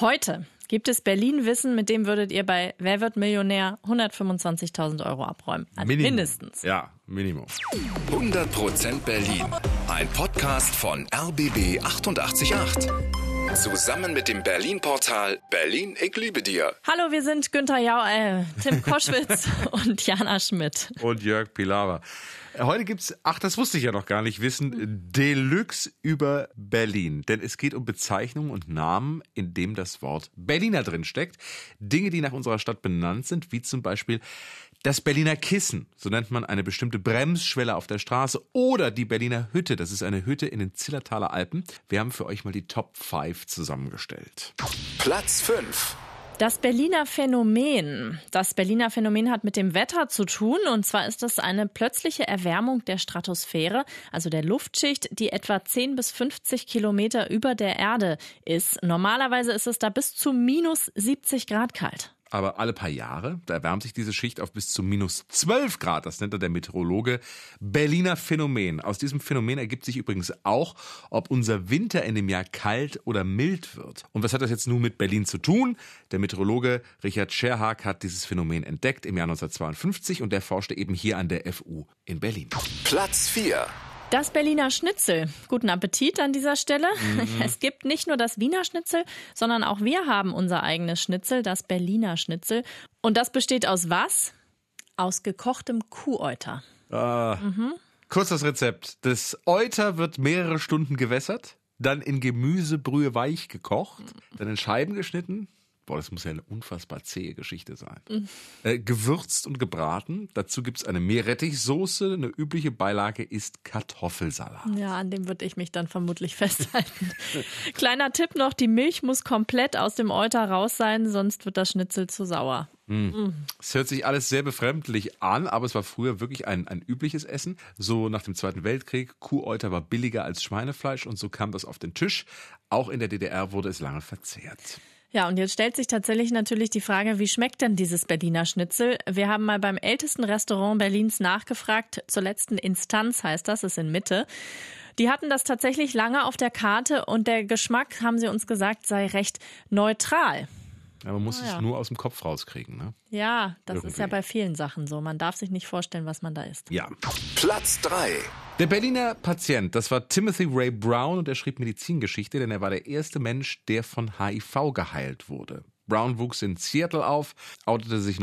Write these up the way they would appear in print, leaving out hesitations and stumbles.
Heute gibt es Berlin-Wissen, mit dem würdet ihr bei Wer wird Millionär 125.000 Euro abräumen. Also mindestens. Ja, Minimum. 100% Berlin. Ein Podcast von RBB 888. Zusammen mit dem Berlin-Portal Berlin, ich liebe dir. Hallo, wir sind Günther Jauch, Tim Koschwitz und Jana Schmidt. Und Jörg Pilawa. Heute gibt's, das wusste ich ja noch gar nicht, Wissen Deluxe über Berlin. Denn es geht um Bezeichnungen und Namen, in dem das Wort Berliner drin steckt. Dinge, die nach unserer Stadt benannt sind, wie zum Beispiel das Berliner Kissen. So nennt man eine bestimmte Bremsschwelle auf der Straße. Oder die Berliner Hütte. Das ist eine Hütte in den Zillertaler Alpen. Wir haben für euch mal die Top 5 zusammengestellt. Platz 5. Das Berliner Phänomen. Das Berliner Phänomen hat mit dem Wetter zu tun. Und zwar ist das eine plötzliche Erwärmung der Stratosphäre, also der Luftschicht, die etwa 10 bis 50 Kilometer über der Erde ist. Normalerweise ist es da bis zu minus 70 Grad kalt. Aber alle paar Jahre, da erwärmt sich diese Schicht auf bis zu minus 12 Grad. Das nennt der Meteorologe Berliner Phänomen. Aus diesem Phänomen ergibt sich übrigens auch, ob unser Winter in dem Jahr kalt oder mild wird. Und was hat das jetzt nun mit Berlin zu tun? Der Meteorologe Richard Scherhag hat dieses Phänomen entdeckt im Jahr 1952 und der forschte eben hier an der FU in Berlin. Platz 4. Das Berliner Schnitzel. Guten Appetit an dieser Stelle. Es gibt nicht nur das Wiener Schnitzel, sondern auch wir haben unser eigenes Schnitzel, das Berliner Schnitzel. Und das besteht aus was? Aus gekochtem Kuhäuter. Kurz das Rezept. Das Euter wird mehrere Stunden gewässert, dann in Gemüsebrühe weich gekocht, dann in Scheiben geschnitten. Boah, das muss ja eine unfassbar zähe Geschichte sein. Gewürzt und gebraten. Dazu gibt's eine Meerrettichsoße. Eine übliche Beilage ist Kartoffelsalat. Ja, an dem würde ich mich dann vermutlich festhalten. Kleiner Tipp noch, die Milch muss komplett aus dem Euter raus sein, sonst wird das Schnitzel zu sauer. Es hört sich alles sehr befremdlich an, aber es war früher wirklich ein übliches Essen. So nach dem Zweiten Weltkrieg, Kuhäuter war billiger als Schweinefleisch und so kam das auf den Tisch. Auch in der DDR wurde es lange verzehrt. Ja, und jetzt stellt sich tatsächlich natürlich die Frage, wie schmeckt denn dieses Berliner Schnitzel? Wir haben mal beim ältesten Restaurant Berlins nachgefragt. Zur letzten Instanz heißt das, ist in Mitte. Die hatten das tatsächlich lange auf der Karte und der Geschmack, haben sie uns gesagt, sei recht neutral. Ja, man muss es nur aus dem Kopf rauskriegen, ne? Ja, das Irgendwie. ist ja bei vielen Sachen so. Man darf sich nicht vorstellen, was man da isst. Ja. Platz 3. Der Berliner Patient, das war Timothy Ray Brown und er schrieb Medizingeschichte, denn er war der erste Mensch, der von HIV geheilt wurde. Brown wuchs in Seattle auf, outete sich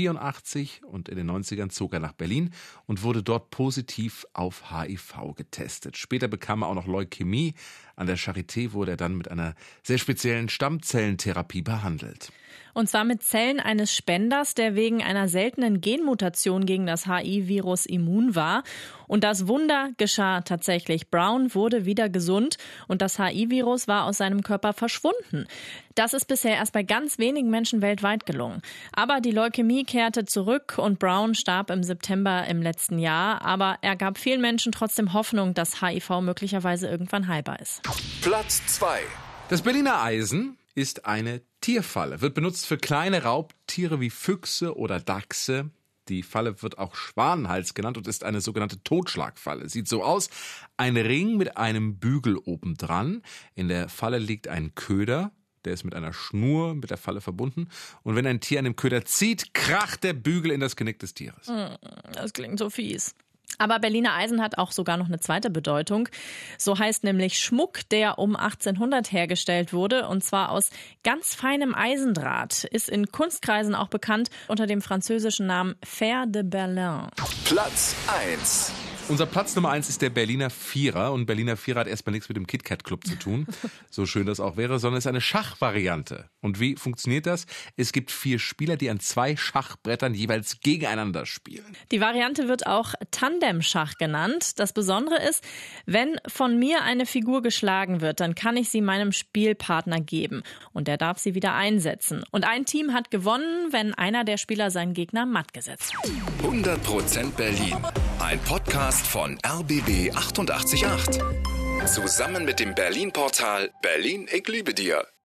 1984 und in den 90ern zog er nach Berlin und wurde dort positiv auf HIV getestet. Später bekam er auch noch Leukämie. An der Charité wurde er dann mit einer sehr speziellen Stammzellentherapie behandelt. Und zwar mit Zellen eines Spenders, der wegen einer seltenen Genmutation gegen das HIV-Virus immun war. Und das Wunder geschah tatsächlich. Brown wurde wieder gesund und das HIV-Virus war aus seinem Körper verschwunden. Das ist bisher erst bei ganz wenigen Menschen weltweit gelungen. Aber die Leukämie kehrte zurück und Brown starb im September im letzten Jahr. Aber er gab vielen Menschen trotzdem Hoffnung, dass HIV möglicherweise irgendwann heilbar ist. Platz 2. Das Berliner Eisen ist eine Tierfalle, wird benutzt für kleine Raubtiere wie Füchse oder Dachse. Die Falle wird auch Schwanenhals genannt und ist eine sogenannte Totschlagfalle. Sieht so aus: ein Ring mit einem Bügel obendran. In der Falle liegt ein Köder, der ist mit einer Schnur mit der Falle verbunden. Und wenn ein Tier an dem Köder zieht, kracht der Bügel in das Genick des Tieres. Das klingt so fies. Aber Berliner Eisen hat auch sogar noch eine zweite Bedeutung. So heißt nämlich Schmuck, der um 1800 hergestellt wurde, und zwar aus ganz feinem Eisendraht. Ist in Kunstkreisen auch bekannt unter dem französischen Namen Fer de Berlin. Platz 1. Unser Platz Nummer 1 ist der Berliner Vierer. Und Berliner Vierer hat erstmal nichts mit dem KitKat-Club zu tun, so schön das auch wäre, sondern es ist eine Schachvariante. Und wie funktioniert das? Es gibt 4 Spieler, die an 2 Schachbrettern jeweils gegeneinander spielen. Die Variante wird auch Tandemschach genannt. Das Besondere ist, wenn von mir eine Figur geschlagen wird, dann kann ich sie meinem Spielpartner geben. Und der darf sie wieder einsetzen. Und ein Team hat gewonnen, wenn einer der Spieler seinen Gegner matt gesetzt hat. 100% Berlin. Ein Podcast von RBB 888. Zusammen mit dem Berlin-Portal Berlin, ich liebe dir.